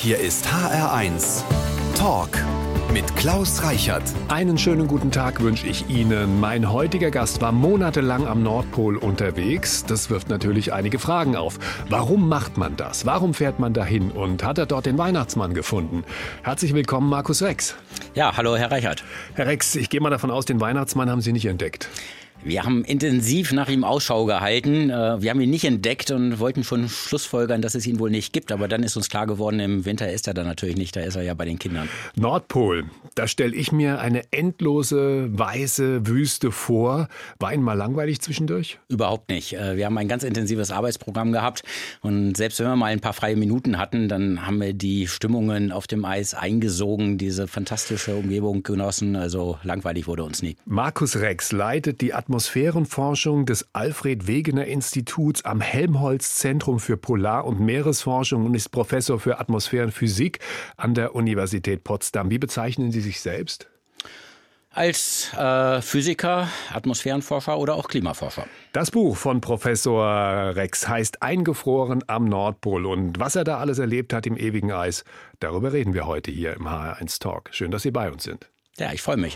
Hier ist HR1 Talk mit Klaus Reichert. Einen schönen guten Tag wünsche ich Ihnen. Mein heutiger Gast war monatelang am Nordpol unterwegs. Das wirft natürlich einige Fragen auf. Warum macht man das? Warum fährt man dahin? Und hat er dort den Weihnachtsmann gefunden? Herzlich willkommen, Markus Rex. Ja, hallo Herr Reichert. Herr Rex, ich gehe mal davon aus, den Weihnachtsmann haben Sie nicht entdeckt. Wir haben intensiv nach ihm Ausschau gehalten. Wir haben ihn nicht entdeckt und wollten schon schlussfolgern, dass es ihn wohl nicht gibt. Aber dann ist uns klar geworden, im Winter ist er dann natürlich nicht. Da ist er ja bei den Kindern. Nordpol, da stelle ich mir eine endlose, weiße Wüste vor. War Ihnen mal langweilig zwischendurch? Überhaupt nicht. Wir haben ein ganz intensives Arbeitsprogramm gehabt. Und selbst wenn wir mal ein paar freie Minuten hatten, dann haben wir die Stimmungen auf dem Eis eingesogen, diese fantastische Umgebung genossen. Also langweilig wurde uns nie. Markus Rex leitet die Atmosphärenforschung des Alfred-Wegener-Instituts am Helmholtz-Zentrum für Polar- und Meeresforschung und ist Professor für Atmosphärenphysik an der Universität Potsdam. Wie bezeichnen Sie sich selbst? Als Physiker, Atmosphärenforscher oder auch Klimaforscher. Das Buch von Professor Rex heißt Eingefroren am Nordpol. Und was er da alles erlebt hat im ewigen Eis, darüber reden wir heute hier im HR1 Talk. Schön, dass Sie bei uns sind. Ja, ich freue mich.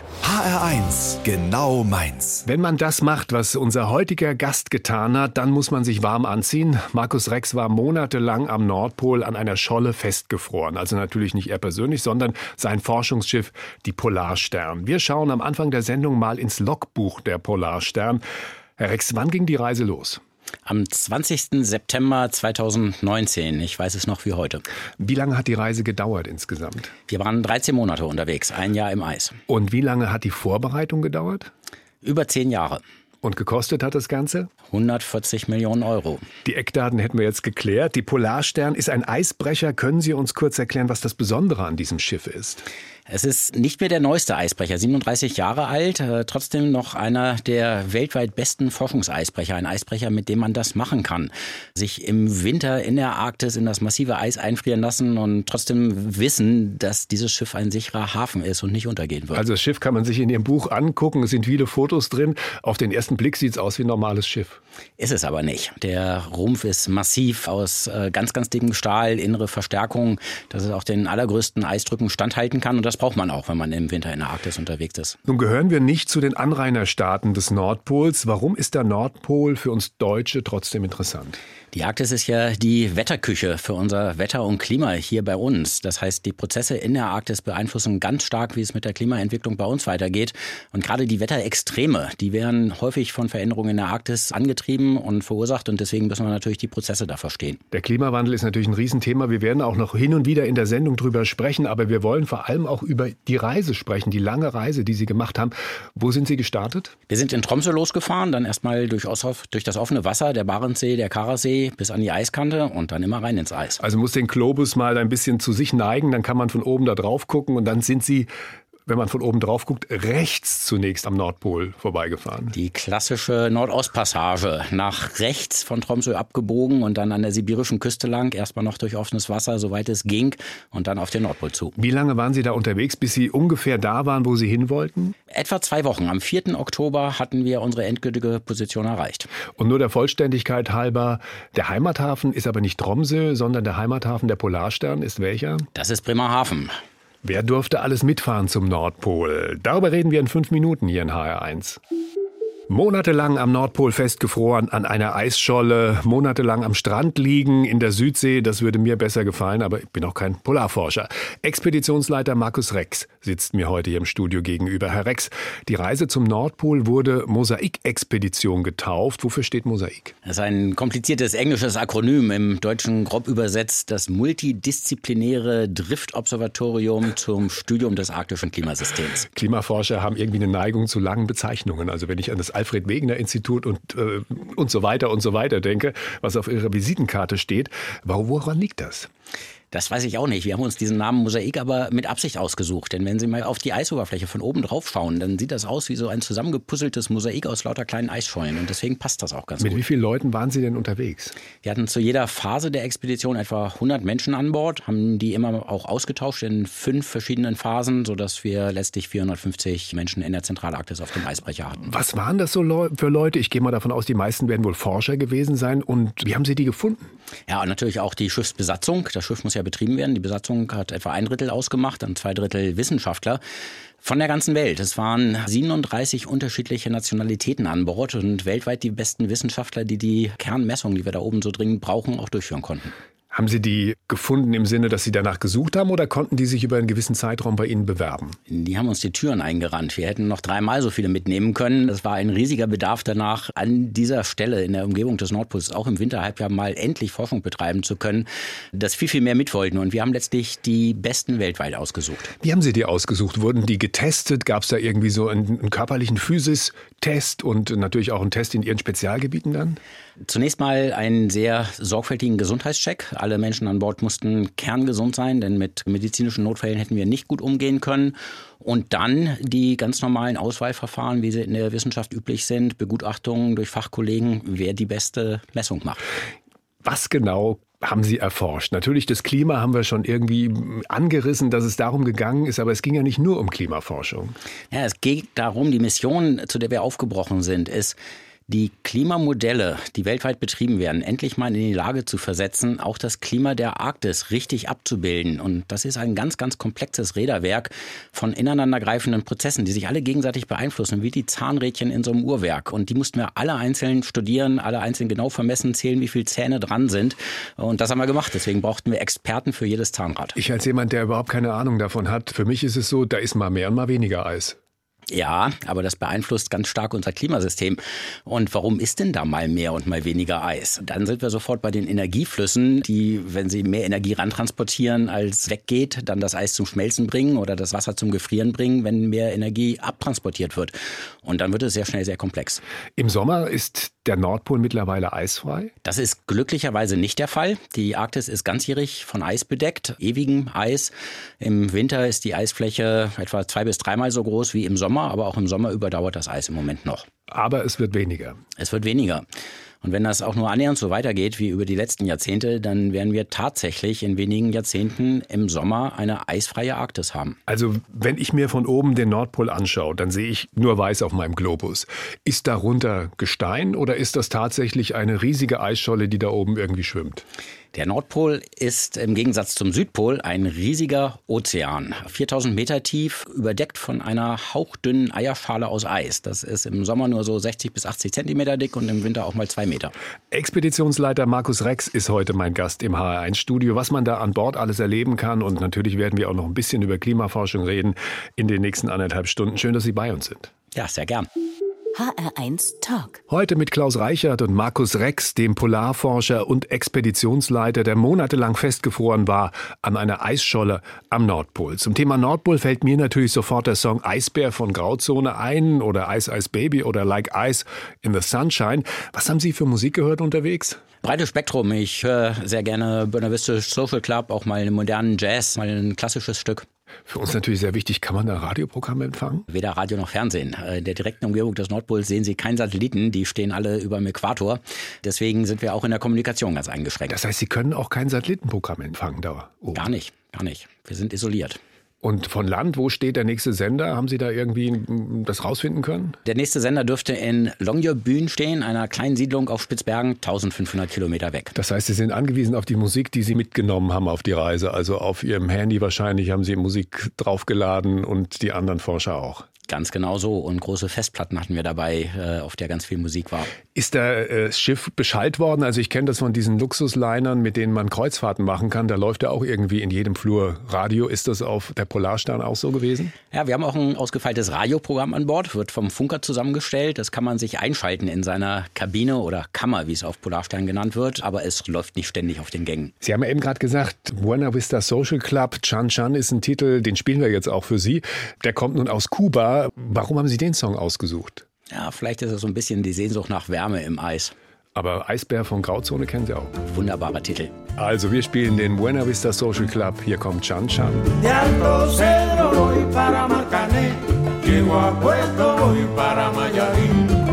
HR1, genau meins. Wenn man das macht, was unser heutiger Gast getan hat, dann muss man sich warm anziehen. Markus Rex war monatelang am Nordpol an einer Scholle festgefroren. Also natürlich nicht er persönlich, sondern sein Forschungsschiff, die Polarstern. Wir schauen am Anfang der Sendung mal ins Logbuch der Polarstern. Herr Rex, wann ging die Reise los? Am 20. September 2019. Ich weiß es noch wie heute. Wie lange hat die Reise gedauert insgesamt? Wir waren 13 Monate unterwegs, ein Jahr im Eis. Und wie lange hat die Vorbereitung gedauert? Über 10 Jahre. Und gekostet hat das Ganze? 140 Millionen Euro. Die Eckdaten hätten wir jetzt geklärt. Die Polarstern ist ein Eisbrecher. Können Sie uns kurz erklären, was das Besondere an diesem Schiff ist? Es ist nicht mehr der neueste Eisbrecher, 37 Jahre alt, trotzdem noch einer der weltweit besten Forschungseisbrecher. Ein Eisbrecher, mit dem man das machen kann. Sich im Winter in der Arktis in das massive Eis einfrieren lassen und trotzdem wissen, dass dieses Schiff ein sicherer Hafen ist und nicht untergehen wird. Also das Schiff kann man sich in Ihrem Buch angucken. Es sind viele Fotos drin. Auf den ersten Blick sieht es aus wie ein normales Schiff. Ist es aber nicht. Der Rumpf ist massiv aus ganz, ganz dickem Stahl, innere Verstärkung, dass es auch den allergrößten Eisdrücken standhalten kann. Und das braucht man auch, wenn man im Winter in der Arktis unterwegs ist. Nun gehören wir nicht zu den Anrainerstaaten des Nordpols. Warum ist der Nordpol für uns Deutsche trotzdem interessant? Die Arktis ist ja die Wetterküche für unser Wetter und Klima hier bei uns. Das heißt, die Prozesse in der Arktis beeinflussen ganz stark, wie es mit der Klimaentwicklung bei uns weitergeht. Und gerade die Wetterextreme, die werden häufig von Veränderungen in der Arktis angetrieben und verursacht. Und deswegen müssen wir natürlich die Prozesse da verstehen. Der Klimawandel ist natürlich ein Riesenthema. Wir werden auch noch hin und wieder in der Sendung drüber sprechen. Aber wir wollen vor allem auch über die Reise sprechen, die lange Reise, die Sie gemacht haben. Wo sind Sie gestartet? Wir sind in Tromsø losgefahren, dann erstmal durch das offene Wasser, der Barentssee, der Karasee, bis an die Eiskante und dann immer rein ins Eis. Also muss den Globus mal ein bisschen zu sich neigen, dann kann man von oben da drauf gucken und dann sind Sie, wenn man von oben drauf guckt, rechts zunächst am Nordpol vorbeigefahren. Die klassische Nordostpassage, nach rechts von Tromsø abgebogen und dann an der sibirischen Küste lang, erstmal noch durch offenes Wasser, soweit es ging und dann auf den Nordpol zu. Wie lange waren Sie da unterwegs, bis Sie ungefähr da waren, wo Sie hin wollten? Etwa 2 Wochen. Am 4. Oktober hatten wir unsere endgültige Position erreicht. Und nur der Vollständigkeit halber, der Heimathafen ist aber nicht Tromsø, sondern der Heimathafen der Polarstern ist welcher? Das ist Bremerhaven. Wer durfte alles mitfahren zum Nordpol? Darüber reden wir in 5 Minuten hier in HR1. Monatelang am Nordpol festgefroren, an einer Eisscholle, monatelang am Strand liegen, in der Südsee, das würde mir besser gefallen, aber ich bin auch kein Polarforscher. Expeditionsleiter Markus Rex sitzt mir heute hier im Studio gegenüber. Herr Rex, die Reise zum Nordpol wurde Mosaik-Expedition getauft. Wofür steht Mosaik? Das ist ein kompliziertes englisches Akronym, im Deutschen grob übersetzt das multidisziplinäre Driftobservatorium zum Studium des arktischen Klimasystems. Klimaforscher haben irgendwie eine Neigung zu langen Bezeichnungen. Also wenn ich an das Alfred-Wegener-Institut und so weiter denke, was auf Ihrer Visitenkarte steht. Woran liegt das? Das weiß ich auch nicht. Wir haben uns diesen Namen Mosaik aber mit Absicht ausgesucht. Denn wenn Sie mal auf die Eisoberfläche von oben drauf schauen, dann sieht das aus wie so ein zusammengepuzzeltes Mosaik aus lauter kleinen Eisschollen. Und deswegen passt das auch ganz gut. Mit wie vielen Leuten waren Sie denn unterwegs? Wir hatten zu jeder Phase der Expedition etwa 100 Menschen an Bord, haben die immer auch ausgetauscht in 5 verschiedenen Phasen, sodass wir letztlich 450 Menschen in der Zentralarktis auf dem Eisbrecher hatten. Was waren das so für Leute? Ich gehe mal davon aus, die meisten werden wohl Forscher gewesen sein. Und wie haben Sie die gefunden? Ja, und natürlich auch die Schiffsbesatzung. Das Schiff muss ja betrieben werden. Die Besatzung hat etwa 1/3 ausgemacht, dann 2/3 Wissenschaftler von der ganzen Welt. Es waren 37 unterschiedliche Nationalitäten an Bord und weltweit die besten Wissenschaftler, die die Kernmessungen, die wir da oben so dringend brauchen, auch durchführen konnten. Haben Sie die gefunden im Sinne, dass Sie danach gesucht haben oder konnten die sich über einen gewissen Zeitraum bei Ihnen bewerben? Die haben uns die Türen eingerannt. Wir hätten noch 3-mal so viele mitnehmen können. Es war ein riesiger Bedarf danach, an dieser Stelle in der Umgebung des Nordpols auch im Winterhalbjahr mal endlich Forschung betreiben zu können, dass viel mehr mit wollten. Und wir haben letztlich die besten weltweit ausgesucht. Wie haben Sie die ausgesucht? Wurden die getestet? Gab es da irgendwie so einen körperlichen Physis-Test und natürlich auch einen Test in Ihren Spezialgebieten dann? Zunächst mal einen sehr sorgfältigen Gesundheitscheck. Alle Menschen an Bord mussten kerngesund sein, denn mit medizinischen Notfällen hätten wir nicht gut umgehen können. Und dann die ganz normalen Auswahlverfahren, wie sie in der Wissenschaft üblich sind, Begutachtungen durch Fachkollegen, wer die beste Messung macht. Was genau haben Sie erforscht? Natürlich, das Klima haben wir schon irgendwie angerissen, dass es darum gegangen ist, aber es ging ja nicht nur um Klimaforschung. Ja, es geht darum, die Mission, zu der wir aufgebrochen sind, ist, die Klimamodelle, die weltweit betrieben werden, endlich mal in die Lage zu versetzen, auch das Klima der Arktis richtig abzubilden. Und das ist ein ganz, ganz komplexes Räderwerk von ineinandergreifenden Prozessen, die sich alle gegenseitig beeinflussen, wie die Zahnrädchen in so einem Uhrwerk. Und die mussten wir alle einzeln studieren, alle einzeln genau vermessen, zählen, wie viele Zähne dran sind. Und das haben wir gemacht. Deswegen brauchten wir Experten für jedes Zahnrad. Ich als jemand, der überhaupt keine Ahnung davon hat, für mich ist es so, da ist mal mehr und mal weniger Eis. Ja, aber das beeinflusst ganz stark unser Klimasystem. Und warum ist denn da mal mehr und mal weniger Eis? Dann sind wir sofort bei den Energieflüssen, die, wenn sie mehr Energie rantransportieren, als weggeht, dann das Eis zum Schmelzen bringen oder das Wasser zum Gefrieren bringen, wenn mehr Energie abtransportiert wird. Und dann wird es sehr schnell sehr komplex. Im Sommer ist der Nordpol mittlerweile eisfrei? Das ist glücklicherweise nicht der Fall. Die Arktis ist ganzjährig von Eis bedeckt, ewigem Eis. Im Winter ist die Eisfläche etwa 2 bis 3-mal so groß wie im Sommer, aber auch im Sommer überdauert das Eis im Moment noch. Aber es wird weniger. Es wird weniger. Und wenn das auch nur annähernd so weitergeht wie über die letzten Jahrzehnte, dann werden wir tatsächlich in wenigen Jahrzehnten im Sommer eine eisfreie Arktis haben. Also wenn ich mir von oben den Nordpol anschaue, dann sehe ich nur Weiß auf meinem Globus. Ist darunter Gestein oder ist das tatsächlich eine riesige Eisscholle, die da oben irgendwie schwimmt? Der Nordpol ist im Gegensatz zum Südpol ein riesiger Ozean. 4000 Meter tief, überdeckt von einer hauchdünnen Eierschale aus Eis. Das ist im Sommer nur so 60 bis 80 Zentimeter dick und im Winter auch mal 2 Meter. Expeditionsleiter Markus Rex ist heute mein Gast im HR1-Studio. Was man da an Bord alles erleben kann, und natürlich werden wir auch noch ein bisschen über Klimaforschung reden in den nächsten 1,5 Stunden. Schön, dass Sie bei uns sind. Ja, sehr gern. HR1 Talk. Heute mit Klaus Reichert und Markus Rex, dem Polarforscher und Expeditionsleiter, der monatelang festgefroren war an einer Eisscholle am Nordpol. Zum Thema Nordpol fällt mir natürlich sofort der Song Eisbär von Grauzone ein oder Ice Ice Baby oder Like Ice in the Sunshine. Was haben Sie für Musik gehört unterwegs? Breites Spektrum. Ich höre sehr gerne Buena Vista Social Club, auch mal einen modernen Jazz, mal ein klassisches Stück. Für uns natürlich sehr wichtig, kann man da Radioprogramme empfangen? Weder Radio noch Fernsehen. In der direkten Umgebung des Nordpols sehen Sie keinen Satelliten, die stehen alle über dem Äquator. Deswegen sind wir auch in der Kommunikation ganz eingeschränkt. Das heißt, Sie können auch kein Satellitenprogramm empfangen da oben? Gar nicht. Wir sind isoliert. Und von Land, wo steht der nächste Sender? Haben Sie da irgendwie das rausfinden können? Der nächste Sender dürfte in Longyearbyen stehen, einer kleinen Siedlung auf Spitzbergen, 1500 Kilometer weg. Das heißt, Sie sind angewiesen auf die Musik, die Sie mitgenommen haben auf die Reise. Also auf Ihrem Handy wahrscheinlich haben Sie Musik draufgeladen und die anderen Forscher auch. Ganz genau so. Und große Festplatten hatten wir dabei, auf der ganz viel Musik war. Ist das Schiff beschallt worden? Also ich kenne das von diesen Luxuslinern, mit denen man Kreuzfahrten machen kann. Da läuft ja auch irgendwie in jedem Flur Radio. Ist das auf der Polarstern auch so gewesen? Ja, wir haben auch ein ausgefeiltes Radioprogramm an Bord, wird vom Funker zusammengestellt. Das kann man sich einschalten in seiner Kabine oder Kammer, wie es auf Polarstern genannt wird. Aber es läuft nicht ständig auf den Gängen. Sie haben ja eben gerade gesagt, Buena Vista Social Club, Chan Chan ist ein Titel, den spielen wir jetzt auch für Sie. Der kommt nun aus Kuba. Warum haben Sie den Song ausgesucht? Ja, vielleicht ist es so ein bisschen die Sehnsucht nach Wärme im Eis. Aber Eisbär von Grauzone kennen Sie auch. Wunderbarer Titel. Also wir spielen den Buena Vista Social Club. Hier kommt Chan Chan. De Alto Cedro voy para Marcané, llego a Puerto voy para Mayarí.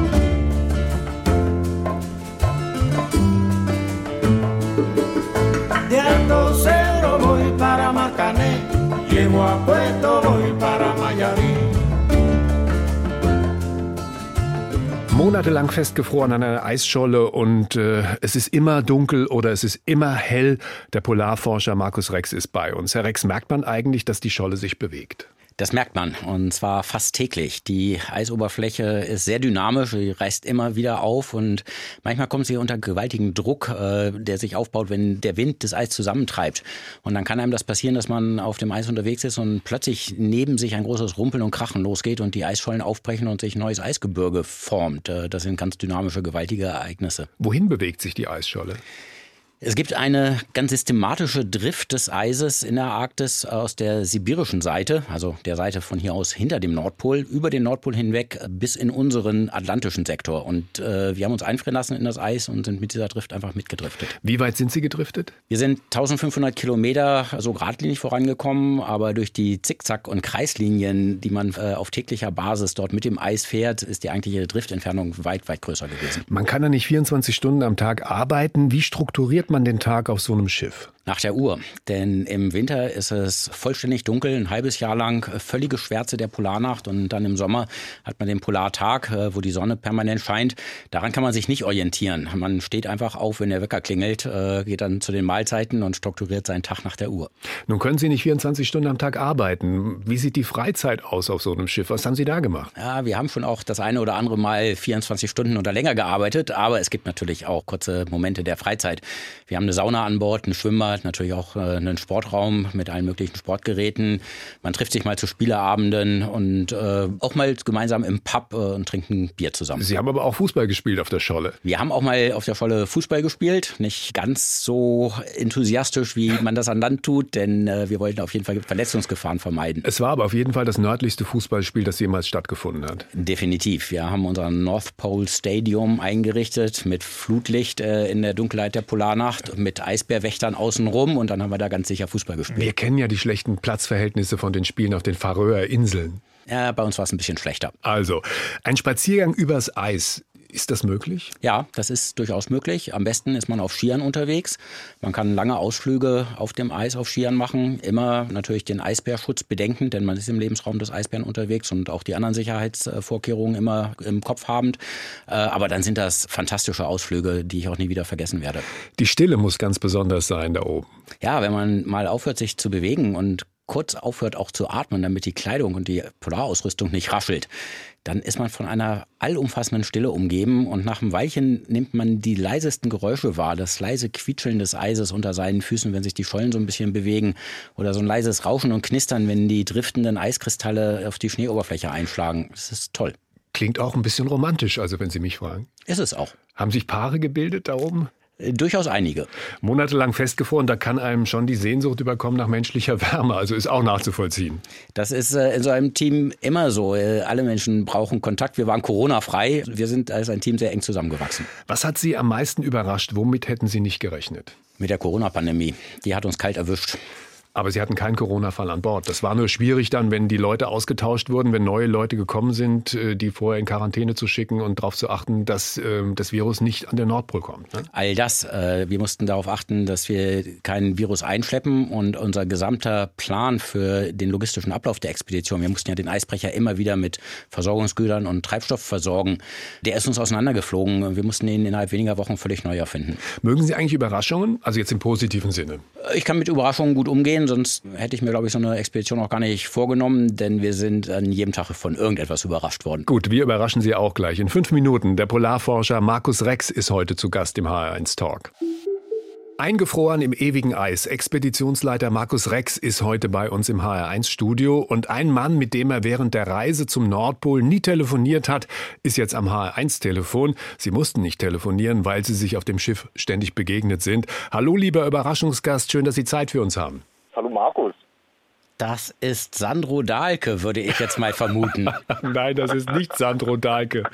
De Alto Cedro voy para Marcané, llego a Puerto voy para Mayarí. monatelang festgefroren an einer Eisscholle und es ist immer dunkel oder es ist immer hell. Der Polarforscher Markus Rex ist bei uns. Herr Rex, merkt man eigentlich, dass die Scholle sich bewegt? Das merkt man, und zwar fast täglich. Die Eisoberfläche ist sehr dynamisch, sie reißt immer wieder auf und manchmal kommt sie unter gewaltigen Druck, der sich aufbaut, wenn der Wind das Eis zusammentreibt. Und dann kann einem das passieren, dass man auf dem Eis unterwegs ist und plötzlich neben sich ein großes Rumpeln und Krachen losgeht und die Eisschollen aufbrechen und sich ein neues Eisgebirge formt. Das sind ganz dynamische, gewaltige Ereignisse. Wohin bewegt sich die Eisscholle? Es gibt eine ganz systematische Drift des Eises in der Arktis aus der sibirischen Seite, also der Seite von hier aus hinter dem Nordpol, über den Nordpol hinweg bis in unseren atlantischen Sektor. Und wir haben uns einfrieren lassen in das Eis und sind mit dieser Drift einfach mitgedriftet. Wie weit sind Sie gedriftet? Wir sind 1500 Kilometer so geradlinig vorangekommen, aber durch die Zickzack- und Kreislinien, die man auf täglicher Basis dort mit dem Eis fährt, ist die eigentliche Driftentfernung weit, weit größer gewesen. Man kann ja nicht 24 Stunden am Tag arbeiten. Wie strukturiert man den Tag auf so einem Schiff? Nach der Uhr, denn im Winter ist es vollständig dunkel, ein halbes Jahr lang, völlige Schwärze der Polarnacht und dann im Sommer hat man den Polartag, wo die Sonne permanent scheint. Daran kann man sich nicht orientieren. Man steht einfach auf, wenn der Wecker klingelt, geht dann zu den Mahlzeiten und strukturiert seinen Tag nach der Uhr. Nun können Sie nicht 24 Stunden am Tag arbeiten. Wie sieht die Freizeit aus auf so einem Schiff? Was haben Sie da gemacht? Ja, wir haben schon auch das eine oder andere Mal 24 Stunden oder länger gearbeitet, aber es gibt natürlich auch kurze Momente der Freizeit. Wir haben eine Sauna an Bord, ein Schwimmbad, natürlich auch einen Sportraum mit allen möglichen Sportgeräten. Man trifft sich mal zu Spieleabenden und auch mal gemeinsam im Pub und trinkt ein Bier zusammen. Sie haben aber auch Fußball gespielt auf der Scholle. Wir haben auch mal auf der Scholle Fußball gespielt. Nicht ganz so enthusiastisch, wie man das an Land tut, denn wir wollten auf jeden Fall Verletzungsgefahren vermeiden. Es war aber auf jeden Fall das nördlichste Fußballspiel, das jemals stattgefunden hat. Definitiv. Wir haben unser North Pole Stadium eingerichtet mit Flutlicht in der Dunkelheit der Polarnacht, mit Eisbärwächtern außenrum und dann haben wir da ganz sicher Fußball gespielt. Wir kennen ja die schlechten Platzverhältnisse von den Spielen auf den Färöer Inseln. Ja, bei uns war es ein bisschen schlechter. Also, ein Spaziergang übers Eis. Ist das möglich? Ja, das ist durchaus möglich. Am besten ist man auf Skiern unterwegs. Man kann lange Ausflüge auf dem Eis auf Skiern machen. Immer natürlich den Eisbärschutz bedenken, denn man ist im Lebensraum des Eisbären unterwegs und auch die anderen Sicherheitsvorkehrungen immer im Kopf habend. Aber dann sind das fantastische Ausflüge, die ich auch nie wieder vergessen werde. Die Stille muss ganz besonders sein da oben. Ja, wenn man mal aufhört, sich zu bewegen und kurz aufhört auch zu atmen, damit die Kleidung und die Polarausrüstung nicht raschelt, dann ist man von einer allumfassenden Stille umgeben und nach einem Weilchen nimmt man die leisesten Geräusche wahr, das leise Quietscheln des Eises unter seinen Füßen, wenn sich die Schollen so ein bisschen bewegen oder so ein leises Rauschen und Knistern, wenn die driftenden Eiskristalle auf die Schneeoberfläche einschlagen. Das ist toll. Klingt auch ein bisschen romantisch, also wenn Sie mich fragen. Ist es auch. Haben sich Paare gebildet da oben? Durchaus einige. Monatelang festgefroren, da kann einem schon die Sehnsucht überkommen nach menschlicher Wärme. Also ist auch nachzuvollziehen. Das ist in so einem Team immer so. Alle Menschen brauchen Kontakt. Wir waren Corona-frei. Wir sind als ein Team sehr eng zusammengewachsen. Was hat Sie am meisten überrascht? Womit hätten Sie nicht gerechnet? Mit der Corona-Pandemie. Die hat uns kalt erwischt. Aber Sie hatten keinen Corona-Fall an Bord. Das war nur schwierig dann, wenn die Leute ausgetauscht wurden, wenn neue Leute gekommen sind, die vorher in Quarantäne zu schicken und darauf zu achten, dass das Virus nicht an den Nordpol kommt. Ne? All das. Wir mussten darauf achten, dass wir kein Virus einschleppen und unser gesamter Plan für den logistischen Ablauf der Expedition, wir mussten ja den Eisbrecher immer wieder mit Versorgungsgütern und Treibstoff versorgen, der ist uns auseinandergeflogen. Wir mussten ihn innerhalb weniger Wochen völlig neu erfinden. Mögen Sie eigentlich Überraschungen? Also jetzt im positiven Sinne. Ich kann mit Überraschungen gut umgehen, sonst hätte ich mir, glaube ich, so eine Expedition auch gar nicht vorgenommen, denn wir sind an jedem Tag von irgendetwas überrascht worden. Gut, wir überraschen Sie auch gleich. In 5 Minuten. Der Polarforscher Markus Rex ist heute zu Gast im HR1 Talk. Eingefroren im ewigen Eis. Expeditionsleiter Markus Rex ist heute bei uns im HR1-Studio. Und ein Mann, mit dem er während der Reise zum Nordpol nie telefoniert hat, ist jetzt am HR1-Telefon. Sie mussten nicht telefonieren, weil sie sich auf dem Schiff ständig begegnet sind. Hallo, lieber Überraschungsgast. Schön, dass Sie Zeit für uns haben. Hallo, Markus. Das ist Sandro Dahlke, würde ich jetzt mal vermuten. Nein, das ist nicht Sandro Dahlke.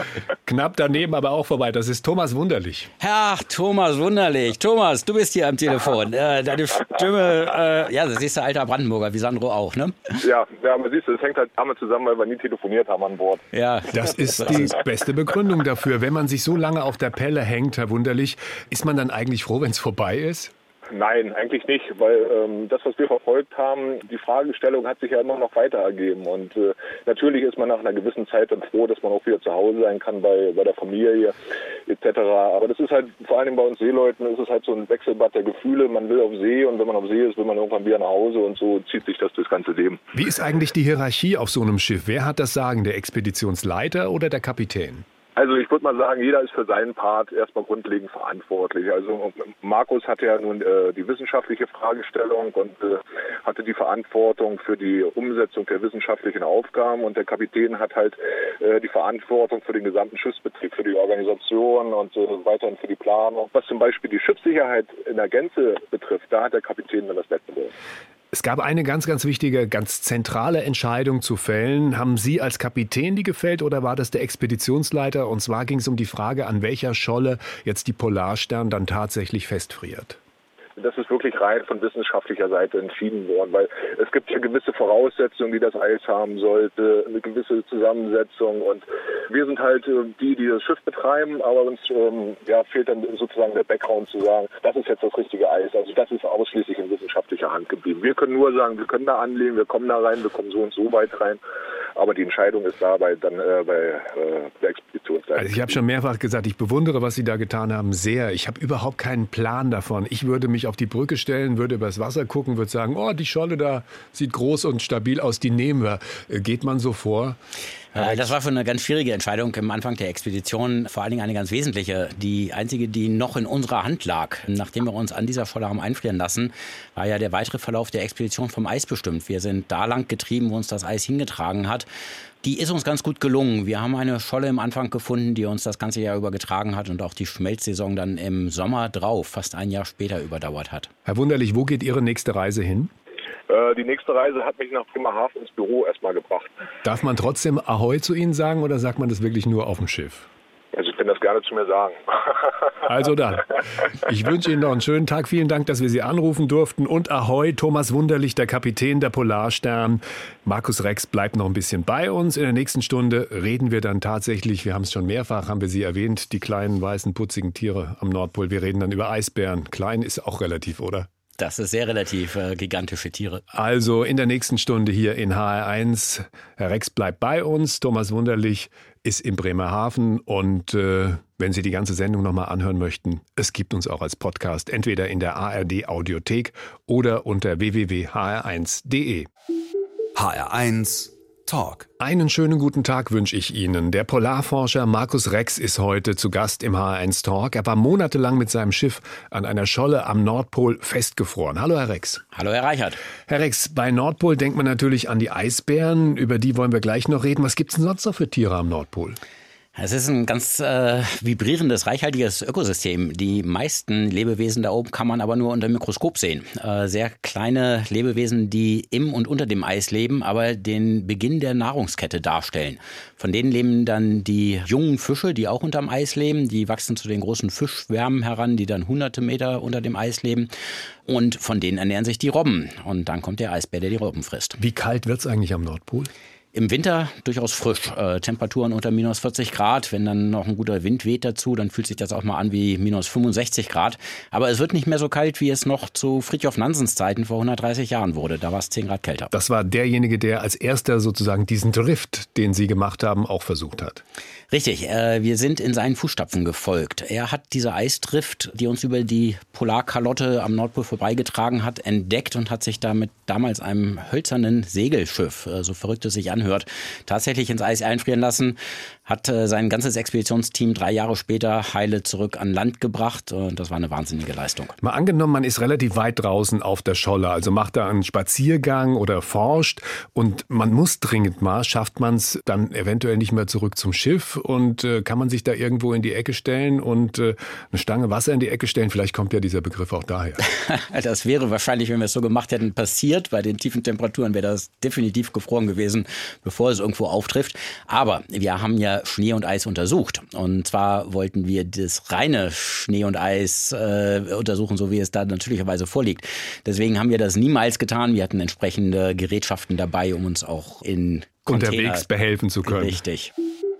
Knapp daneben, aber auch vorbei. Das ist Thomas Wunderlich. Ach, Thomas Wunderlich. Thomas, du bist hier am Telefon. Deine Stimme, ja, das ist der alter Brandenburger, wie Sandro auch, ne? Ja, aber siehst du, es hängt halt damit zusammen, weil wir nie telefoniert haben an Bord. Ja. Das ist die beste Begründung dafür. Wenn man sich so lange auf der Pelle hängt, Herr Wunderlich, ist man dann eigentlich froh, wenn es vorbei ist? Nein, eigentlich nicht, weil das, was wir verfolgt haben, die Fragestellung hat sich ja immer noch weiter ergeben. Und natürlich ist man nach einer gewissen Zeit dann froh, dass man auch wieder zu Hause sein kann bei der Familie etc. Aber das ist halt, vor allem bei uns Seeleuten, ist es halt so ein Wechselbad der Gefühle. Man will auf See und wenn man auf See ist, will man irgendwann wieder nach Hause und so zieht sich das durchs ganze Leben. Wie ist eigentlich die Hierarchie auf so einem Schiff? Wer hat das Sagen, der Expeditionsleiter oder der Kapitän? Also ich würde mal sagen, jeder ist für seinen Part erstmal grundlegend verantwortlich. Also Markus hatte ja nun die wissenschaftliche Fragestellung und hatte die Verantwortung für die Umsetzung der wissenschaftlichen Aufgaben und der Kapitän hat halt die Verantwortung für den gesamten Schiffsbetrieb, für die Organisation und weiterhin für die Planung. Was zum Beispiel die Schiffssicherheit in der Gänze betrifft, da hat der Kapitän dann das letzte Wort. Es gab eine ganz, ganz wichtige, ganz zentrale Entscheidung zu fällen. Haben Sie als Kapitän die gefällt oder war das der Expeditionsleiter? Und zwar ging es um die Frage, an welcher Scholle jetzt die Polarstern dann tatsächlich festfriert. Das ist wirklich rein von wissenschaftlicher Seite entschieden worden, weil es gibt ja gewisse Voraussetzungen, die das Eis haben sollte, eine gewisse Zusammensetzung und wir sind halt die das Schiff betreiben, aber uns fehlt dann sozusagen der Background zu sagen, das ist jetzt das richtige Eis. Also das ist ausschließlich in wissenschaftlicher Hand geblieben. Wir können nur sagen, wir können da anlegen, wir kommen da rein, wir kommen so und so weit rein. Aber die Entscheidung ist dabei dann bei der Expeditionsleitung. Also ich habe schon mehrfach gesagt, ich bewundere, was Sie da getan haben, sehr. Ich habe überhaupt keinen Plan davon. Ich würde mich auf die Brücke stellen, würde übers Wasser gucken, würde sagen, oh, die Scholle da sieht groß und stabil aus, die nehmen wir. Geht man so vor? Das war für eine ganz schwierige Entscheidung am Anfang der Expedition, vor allen Dingen eine ganz wesentliche. Die einzige, die noch in unserer Hand lag, nachdem wir uns an dieser Scholle haben einfrieren lassen, war ja der weitere Verlauf der Expedition vom Eis bestimmt. Wir sind da lang getrieben, wo uns das Eis hingetragen hat. Die ist uns ganz gut gelungen. Wir haben eine Scholle im Anfang gefunden, die uns das ganze Jahr über getragen hat und auch die Schmelzsaison dann im Sommer drauf, fast ein Jahr später überdauert hat. Herr Wunderlich, wo geht Ihre nächste Reise hin? Die nächste Reise hat mich nach Bremerhaven ins Büro erstmal gebracht. Darf man trotzdem Ahoi zu Ihnen sagen oder sagt man das wirklich nur auf dem Schiff? Also ich kann das gerne zu mir sagen. Also dann, ich wünsche Ihnen noch einen schönen Tag. Vielen Dank, dass wir Sie anrufen durften. Und Ahoi, Thomas Wunderlich, der Kapitän der Polarstern. Markus Rex bleibt noch ein bisschen bei uns. In der nächsten Stunde reden wir dann tatsächlich, wir haben es schon mehrfach, haben wir Sie erwähnt, die kleinen, weißen, putzigen Tiere am Nordpol. Wir reden dann über Eisbären. Klein ist auch relativ, oder? Das ist sehr relativ, gigantische Tiere. Also in der nächsten Stunde hier in HR1. Herr Rex bleibt bei uns. Thomas Wunderlich ist in Bremerhaven. Und wenn Sie die ganze Sendung nochmal anhören möchten, es gibt uns auch als Podcast, entweder in der ARD-Audiothek oder unter www.hr1.de. HR1 Talk. Einen schönen guten Tag wünsche ich Ihnen. Der Polarforscher Markus Rex ist heute zu Gast im HR1 Talk. Er war monatelang mit seinem Schiff an einer Scholle am Nordpol festgefroren. Hallo, Herr Rex. Hallo, Herr Reichert. Herr Rex, bei Nordpol denkt man natürlich an die Eisbären. Über die wollen wir gleich noch reden. Was gibt es denn sonst noch für Tiere am Nordpol? Es ist ein ganz vibrierendes, reichhaltiges Ökosystem. Die meisten Lebewesen da oben kann man aber nur unter dem Mikroskop sehen. Sehr kleine Lebewesen, die im und unter dem Eis leben, aber den Beginn der Nahrungskette darstellen. Von denen leben dann die jungen Fische, die auch unterm Eis leben. Die wachsen zu den großen Fischschwärmen heran, die dann hunderte Meter unter dem Eis leben. Und von denen ernähren sich die Robben. Und dann kommt der Eisbär, der die Robben frisst. Wie kalt wird's eigentlich am Nordpol? Im Winter durchaus frisch, Temperaturen unter minus 40 Grad. Wenn dann noch ein guter Wind weht dazu, dann fühlt sich das auch mal an wie minus 65 Grad. Aber es wird nicht mehr so kalt, wie es noch zu Fridtjof Nansens Zeiten vor 130 Jahren wurde. Da war es 10 Grad kälter. Das war derjenige, der als erster sozusagen diesen Drift, den Sie gemacht haben, auch versucht hat. Richtig, wir sind in seinen Fußstapfen gefolgt. Er hat diese Eisdrift, die uns über die Polarkalotte am Nordpol vorbeigetragen hat, entdeckt und hat sich damit damals einem hölzernen Segelschiff, so verrückt es sich anhört, tatsächlich ins Eis einfrieren lassen, hat sein ganzes Expeditionsteam 3 Jahre später heile zurück an Land gebracht und das war eine wahnsinnige Leistung. Mal angenommen, man ist relativ weit draußen auf der Scholle, also macht da einen Spaziergang oder forscht und man muss dringend mal, schafft man es dann eventuell nicht mehr zurück zum Schiff und kann man sich da irgendwo in die Ecke stellen und eine Stange Wasser in die Ecke stellen? Vielleicht kommt ja dieser Begriff auch daher. Das wäre wahrscheinlich, wenn wir es so gemacht hätten, passiert. Bei den tiefen Temperaturen wäre das definitiv gefroren gewesen, bevor es irgendwo auftrifft. Aber wir haben ja Schnee und Eis untersucht. Und zwar wollten wir das reine Schnee und Eis untersuchen, so wie es da natürlicherweise vorliegt. Deswegen haben wir das niemals getan. Wir hatten entsprechende Gerätschaften dabei, um uns auch in Container unterwegs behelfen zu können. Richtig.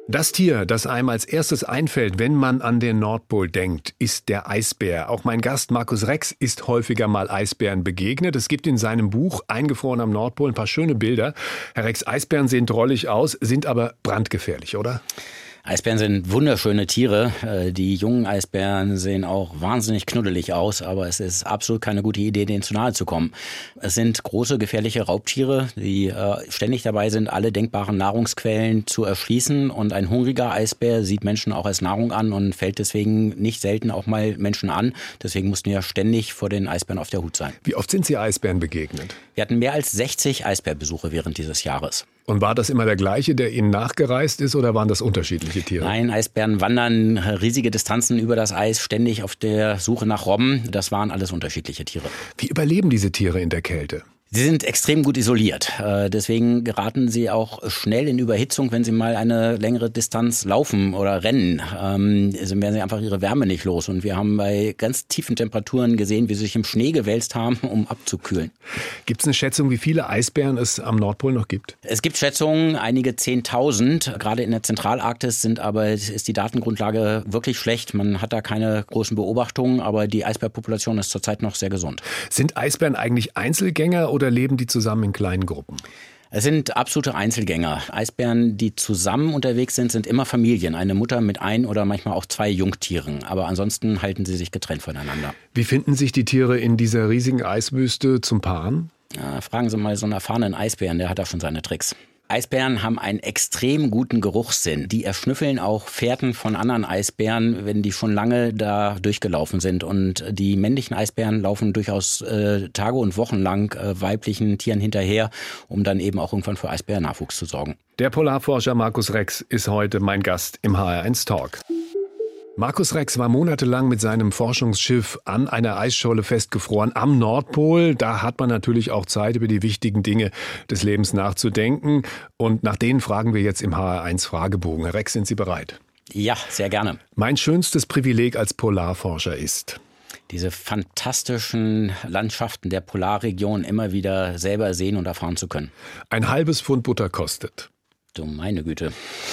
Das Tier, das einem als erstes einfällt, wenn man an den Nordpol denkt, ist der Eisbär. Auch mein Gast Markus Rex ist häufiger mal Eisbären begegnet. Es gibt in seinem Buch Eingefroren am Nordpol ein paar schöne Bilder. Herr Rex, Eisbären sehen drollig aus, sind aber brandgefährlich, oder? Eisbären sind wunderschöne Tiere. Die jungen Eisbären sehen auch wahnsinnig knuddelig aus, aber es ist absolut keine gute Idee, denen zu nahe zu kommen. Es sind große, gefährliche Raubtiere, die ständig dabei sind, alle denkbaren Nahrungsquellen zu erschließen. Und ein hungriger Eisbär sieht Menschen auch als Nahrung an und fällt deswegen nicht selten auch mal Menschen an. Deswegen mussten wir ständig vor den Eisbären auf der Hut sein. Wie oft sind Sie Eisbären begegnet? Wir hatten mehr als 60 Eisbärbesuche während dieses Jahres. Und war das immer der gleiche, der Ihnen nachgereist ist, oder waren das unterschiedliche Tiere? Nein, Eisbären wandern riesige Distanzen über das Eis, ständig auf der Suche nach Robben. Das waren alles unterschiedliche Tiere. Wie überleben diese Tiere in der Kälte? Sie sind extrem gut isoliert. Deswegen geraten sie auch schnell in Überhitzung, wenn sie mal eine längere Distanz laufen oder rennen. Also werden sie einfach ihre Wärme nicht los. Und wir haben bei ganz tiefen Temperaturen gesehen, wie sie sich im Schnee gewälzt haben, um abzukühlen. Gibt es eine Schätzung, wie viele Eisbären es am Nordpol noch gibt? Es gibt Schätzungen, einige 10.000. Gerade in der Zentralarktis ist die Datengrundlage wirklich schlecht. Man hat da keine großen Beobachtungen, aber die Eisbärpopulation ist zurzeit noch sehr gesund. Sind Eisbären eigentlich Einzelgänger oder leben die zusammen in kleinen Gruppen? Es sind absolute Einzelgänger. Eisbären, die zusammen unterwegs sind, sind immer Familien. Eine Mutter mit ein oder manchmal auch 2 Jungtieren. Aber ansonsten halten sie sich getrennt voneinander. Wie finden sich die Tiere in dieser riesigen Eiswüste zum Paaren? Ja, fragen Sie mal so einen erfahrenen Eisbären, der hat da schon seine Tricks. Eisbären haben einen extrem guten Geruchssinn. Die erschnüffeln auch Fährten von anderen Eisbären, wenn die schon lange da durchgelaufen sind. Und die männlichen Eisbären laufen durchaus Tage und Wochen lang weiblichen Tieren hinterher, um dann eben auch irgendwann für Eisbärennachwuchs zu sorgen. Der Polarforscher Markus Rex ist heute mein Gast im HR1 Talk. Markus Rex war monatelang mit seinem Forschungsschiff an einer Eisscholle festgefroren am Nordpol. Da hat man natürlich auch Zeit, über die wichtigen Dinge des Lebens nachzudenken. Und nach denen fragen wir jetzt im HR1 Fragebogen. Herr Rex, sind Sie bereit? Ja, sehr gerne. Mein schönstes Privileg als Polarforscher ist: diese fantastischen Landschaften der Polarregion immer wieder selber sehen und erfahren zu können. Ein halbes Pfund Butter kostet: Du meine Güte.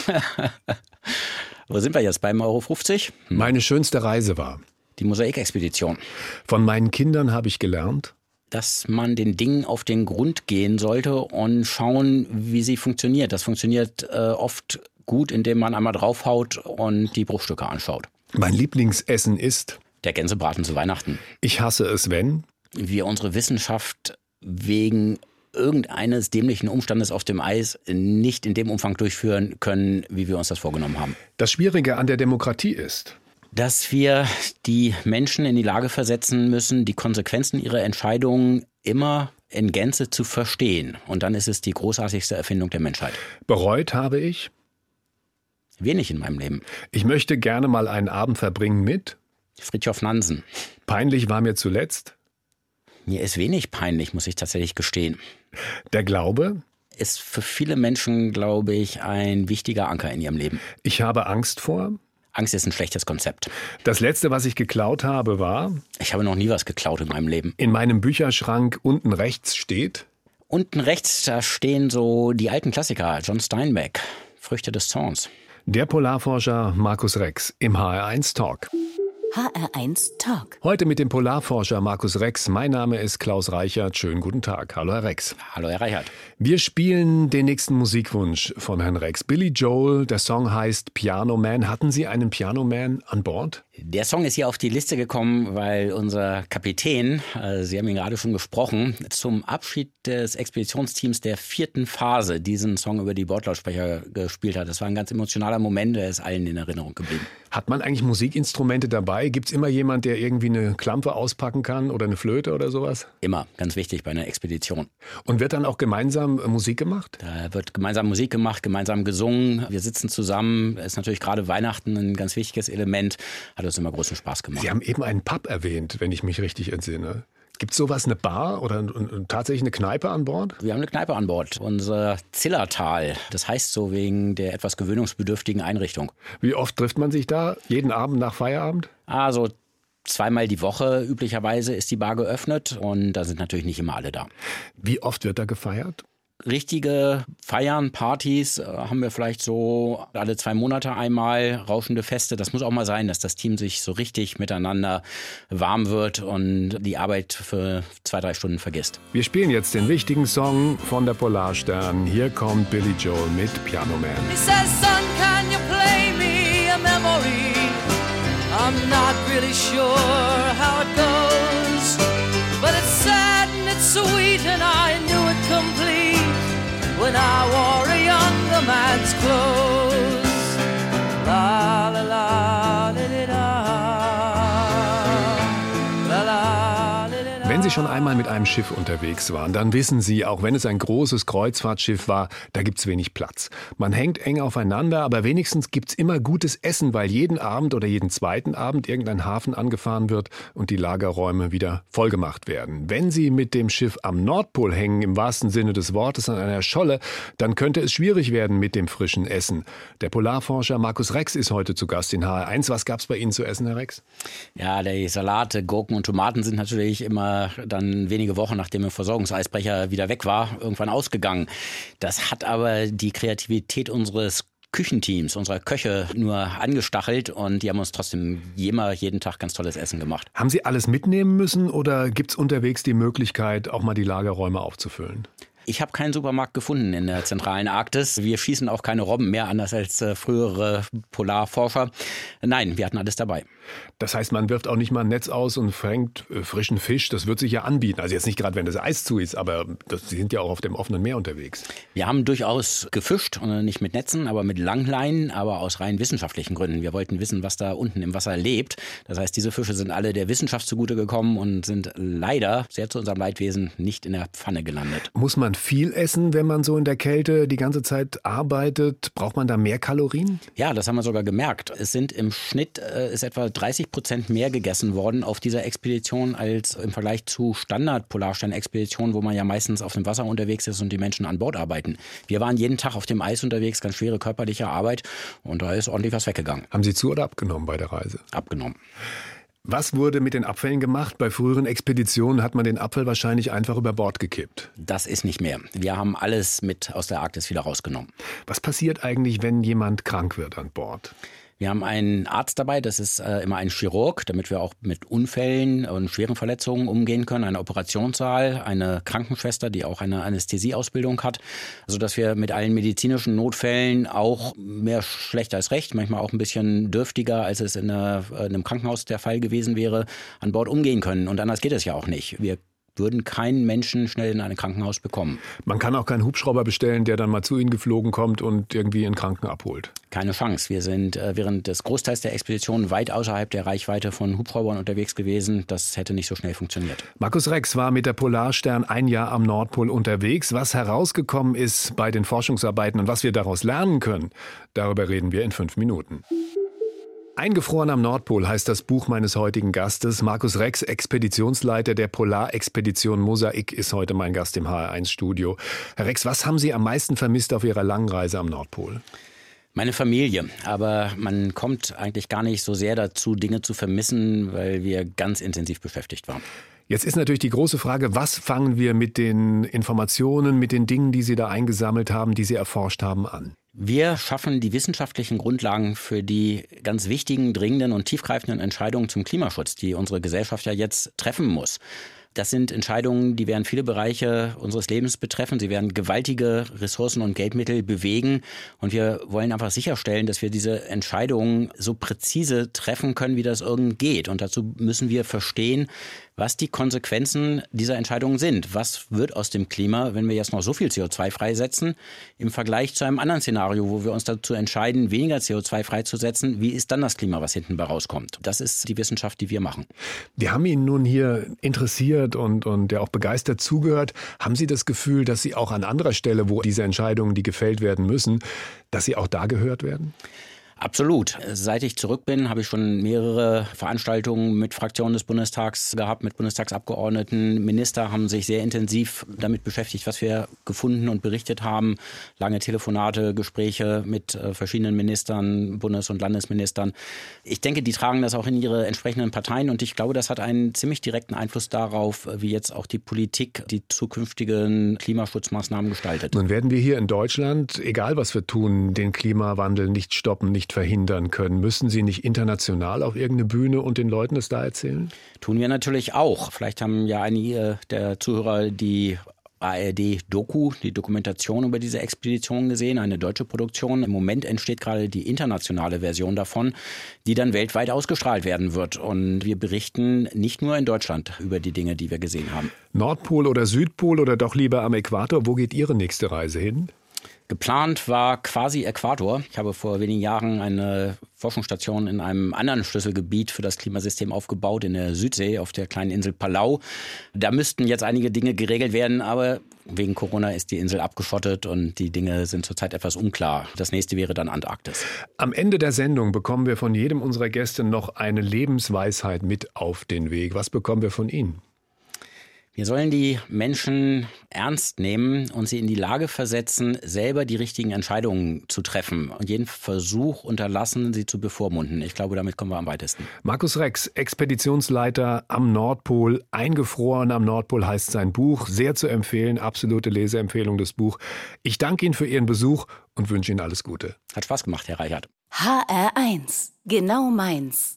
Wo sind wir jetzt? Beim €1,50? Meine schönste Reise war: die Mosaikexpedition. Von meinen Kindern habe ich gelernt, dass man den Dingen auf den Grund gehen sollte und schauen, wie sie funktioniert. Das funktioniert oft gut, indem man einmal draufhaut und die Bruchstücke anschaut. Mein Lieblingsessen ist der Gänsebraten zu Weihnachten. Ich hasse es, wenn wir unsere Wissenschaft wegen irgendeines dämlichen Umstandes auf dem Eis nicht in dem Umfang durchführen können, wie wir uns das vorgenommen haben. Das Schwierige an der Demokratie ist, dass wir die Menschen in die Lage versetzen müssen, die Konsequenzen ihrer Entscheidungen immer in Gänze zu verstehen. Und dann ist es die großartigste Erfindung der Menschheit. Bereut habe ich wenig in meinem Leben. Ich möchte gerne mal einen Abend verbringen mit Fridtjof Nansen. Peinlich war mir zuletzt. Mir ist wenig peinlich, muss ich tatsächlich gestehen. Der Glaube ist für viele Menschen, glaube ich, ein wichtiger Anker in ihrem Leben. Ich habe Angst vor. Angst ist ein schlechtes Konzept. Das Letzte, was ich geklaut habe, war: ich habe noch nie was geklaut in meinem Leben. In meinem Bücherschrank unten rechts steht: unten rechts, da stehen so die alten Klassiker. John Steinbeck, Früchte des Zorns. Der Polarforscher Markus Rex im HR1 Talk. HR1 Talk. Heute mit dem Polarforscher Markus Rex. Mein Name ist Klaus Reichert. Schönen guten Tag. Hallo, Herr Rex. Hallo, Herr Reichert. Wir spielen den nächsten Musikwunsch von Herrn Rex. Billy Joel, der Song heißt Piano Man. Hatten Sie einen Piano Man an Bord? Der Song ist hier auf die Liste gekommen, weil unser Kapitän, Sie haben ihn gerade schon gesprochen, zum Abschied des Expeditionsteams der 4. Phase diesen Song über die Bordlautsprecher gespielt hat. Das war ein ganz emotionaler Moment, der ist allen in Erinnerung geblieben. Hat man eigentlich Musikinstrumente dabei? Gibt es immer jemand, der irgendwie eine Klampe auspacken kann oder eine Flöte oder sowas? Immer, ganz wichtig bei einer Expedition. Und wird dann auch gemeinsam Musik gemacht? Da wird gemeinsam Musik gemacht, gemeinsam gesungen. Wir sitzen zusammen. Ist natürlich gerade Weihnachten ein ganz wichtiges Element. Hat uns immer großen Spaß gemacht. Sie haben eben einen Pub erwähnt, wenn ich mich richtig entsinne. Gibt es sowas, eine Bar oder tatsächlich eine Kneipe an Bord? Wir haben eine Kneipe an Bord, unser Zillertal. Das heißt so wegen der etwas gewöhnungsbedürftigen Einrichtung. Wie oft trifft man sich da? Jeden Abend nach Feierabend? Also 2-mal die Woche üblicherweise ist die Bar geöffnet und da sind natürlich nicht immer alle da. Wie oft wird da gefeiert? Richtige Feiern, Partys haben wir vielleicht so alle 2 Monate einmal, rauschende Feste. Das muss auch mal sein, dass das Team sich so richtig miteinander warm wird und die Arbeit für 2-3 Stunden vergisst. Wir spielen jetzt den wichtigen Song von der Polarstern. Hier kommt Billy Joel mit Piano Man. He says, son, can you play me a memory? I'm not really sure how it goes, but it's sad and it's sweet and I knew it complete when I wore a younger man's clothes. La la la, li, li, la. La la, li, li, la. Wenn Sie schon einmal mit einem Schiff unterwegs waren, dann wissen Sie, auch wenn es ein großes Kreuzfahrtschiff war, da gibt's wenig Platz. Man hängt eng aufeinander, aber wenigstens gibt's immer gutes Essen, weil jeden Abend oder jeden zweiten Abend irgendein Hafen angefahren wird und die Lagerräume wieder vollgemacht werden. Wenn Sie mit dem Schiff am Nordpol hängen, im wahrsten Sinne des Wortes an einer Scholle, dann könnte es schwierig werden mit dem frischen Essen. Der Polarforscher Markus Rex ist heute zu Gast in HR1. Was gab's bei Ihnen zu essen, Herr Rex? Ja, die Salate, Gurken und Tomaten sind natürlich immer dann wenige Wochen, nachdem der Versorgungseisbrecher wieder weg war, irgendwann ausgegangen. Das hat aber die Kreativität unseres Küchenteams, unserer Köche nur angestachelt und die haben uns trotzdem jeden Tag ganz tolles Essen gemacht. Haben Sie alles mitnehmen müssen oder gibt's unterwegs die Möglichkeit, auch mal die Lagerräume aufzufüllen? Ich habe keinen Supermarkt gefunden in der zentralen Arktis. Wir schießen auch keine Robben mehr, anders als frühere Polarforscher. Nein, wir hatten alles dabei. Das heißt, man wirft auch nicht mal ein Netz aus und fängt frischen Fisch. Das wird sich ja anbieten. Also jetzt nicht gerade, wenn das Eis zu ist, aber Sie sind ja auch auf dem offenen Meer unterwegs. Wir haben durchaus gefischt, nicht mit Netzen, aber mit Langleinen, aber aus rein wissenschaftlichen Gründen. Wir wollten wissen, was da unten im Wasser lebt. Das heißt, diese Fische sind alle der Wissenschaft zugute gekommen und sind leider, sehr zu unserem Leidwesen, nicht in der Pfanne gelandet. Muss man viel essen, wenn man so in der Kälte die ganze Zeit arbeitet? Braucht man da mehr Kalorien? Ja, das haben wir sogar gemerkt. Es sind im Schnitt ist etwa 30% mehr gegessen worden auf dieser Expedition als im Vergleich zu Standard-Polarstern-Expeditionen, wo man ja meistens auf dem Wasser unterwegs ist und die Menschen an Bord arbeiten. Wir waren jeden Tag auf dem Eis unterwegs, ganz schwere körperliche Arbeit und da ist ordentlich was weggegangen. Haben Sie zu oder abgenommen bei der Reise? Abgenommen. Was wurde mit den Abfällen gemacht? Bei früheren Expeditionen hat man den Abfall wahrscheinlich einfach über Bord gekippt. Das ist nicht mehr. Wir haben alles mit aus der Arktis wieder rausgenommen. Was passiert eigentlich, wenn jemand krank wird an Bord? Wir haben einen Arzt dabei, das ist immer ein Chirurg, damit wir auch mit Unfällen und schweren Verletzungen umgehen können. Eine Operationssaal, eine Krankenschwester, die auch eine Anästhesieausbildung hat, sodass wir mit allen medizinischen Notfällen auch mehr schlecht als recht, manchmal auch ein bisschen dürftiger, als es in einem Krankenhaus der Fall gewesen wäre, an Bord umgehen können. Und anders geht es ja auch nicht. Wir würden keinen Menschen schnell in ein Krankenhaus bekommen. Man kann auch keinen Hubschrauber bestellen, der dann mal zu Ihnen geflogen kommt und irgendwie einen Kranken abholt. Keine Chance. Wir sind während des Großteils der Expedition weit außerhalb der Reichweite von Hubschraubern unterwegs gewesen. Das hätte nicht so schnell funktioniert. Markus Rex war mit der Polarstern ein Jahr am Nordpol unterwegs. Was herausgekommen ist bei den Forschungsarbeiten und was wir daraus lernen können, darüber reden wir in 5 Minuten. Eingefroren am Nordpol heißt das Buch meines heutigen Gastes. Markus Rex, Expeditionsleiter der Polarexpedition Mosaik, ist heute mein Gast im HR1-Studio. Herr Rex, was haben Sie am meisten vermisst auf Ihrer langen Reise am Nordpol? Meine Familie, aber man kommt eigentlich gar nicht so sehr dazu, Dinge zu vermissen, weil wir ganz intensiv beschäftigt waren. Jetzt ist natürlich die große Frage, was fangen wir mit den Informationen, mit den Dingen, die Sie da eingesammelt haben, die Sie erforscht haben, an? Wir schaffen die wissenschaftlichen Grundlagen für die ganz wichtigen, dringenden und tiefgreifenden Entscheidungen zum Klimaschutz, die unsere Gesellschaft ja jetzt treffen muss. Das sind Entscheidungen, die werden viele Bereiche unseres Lebens betreffen. Sie werden gewaltige Ressourcen und Geldmittel bewegen. Und wir wollen einfach sicherstellen, dass wir diese Entscheidungen so präzise treffen können, wie das irgend geht. Und dazu müssen wir verstehen, was die Konsequenzen dieser Entscheidungen sind. Was wird aus dem Klima, wenn wir jetzt noch so viel CO2 freisetzen, im Vergleich zu einem anderen Szenario, wo wir uns dazu entscheiden, weniger CO2 freizusetzen? Wie ist dann das Klima, was hinten bei rauskommt? Das ist die Wissenschaft, die wir machen. Wir haben Ihnen nun hier interessiert und ja auch begeistert zugehört. Haben Sie das Gefühl, dass Sie auch an anderer Stelle, wo diese Entscheidungen, die gefällt werden müssen, dass Sie auch da gehört werden? Absolut. Seit ich zurück bin, habe ich schon mehrere Veranstaltungen mit Fraktionen des Bundestags gehabt, mit Bundestagsabgeordneten. Minister haben sich sehr intensiv damit beschäftigt, was wir gefunden und berichtet haben. Lange Telefonate, Gespräche mit verschiedenen Ministern, Bundes- und Landesministern. Ich denke, die tragen das auch in ihre entsprechenden Parteien und ich glaube, das hat einen ziemlich direkten Einfluss darauf, wie jetzt auch die Politik die zukünftigen Klimaschutzmaßnahmen gestaltet. Nun werden wir hier in Deutschland, egal was wir tun, den Klimawandel nicht stoppen, nicht verhindern können. Müssen Sie nicht international auf irgendeine Bühne und den Leuten das da erzählen? Tun wir natürlich auch. Vielleicht haben ja einige der Zuhörer die ARD-Doku, die Dokumentation über diese Expedition gesehen, eine deutsche Produktion. Im Moment entsteht gerade die internationale Version davon, die dann weltweit ausgestrahlt werden wird. Und wir berichten nicht nur in Deutschland über die Dinge, die wir gesehen haben. Nordpol oder Südpol oder doch lieber am Äquator? Wo geht Ihre nächste Reise hin? Geplant war quasi Äquator. Ich habe vor wenigen Jahren eine Forschungsstation in einem anderen Schlüsselgebiet für das Klimasystem aufgebaut, in der Südsee, auf der kleinen Insel Palau. Da müssten jetzt einige Dinge geregelt werden, aber wegen Corona ist die Insel abgeschottet und die Dinge sind zurzeit etwas unklar. Das nächste wäre dann Antarktis. Am Ende der Sendung bekommen wir von jedem unserer Gäste noch eine Lebensweisheit mit auf den Weg. Was bekommen wir von Ihnen? Wir sollen die Menschen ernst nehmen und sie in die Lage versetzen, selber die richtigen Entscheidungen zu treffen und jeden Versuch unterlassen, sie zu bevormunden. Ich glaube, damit kommen wir am weitesten. Markus Rex, Expeditionsleiter am Nordpol, eingefroren am Nordpol heißt sein Buch. Sehr zu empfehlen, absolute Leseempfehlung das Buch. Ich danke Ihnen für Ihren Besuch und wünsche Ihnen alles Gute. Hat Spaß gemacht, Herr Reichert. HR1, genau meins.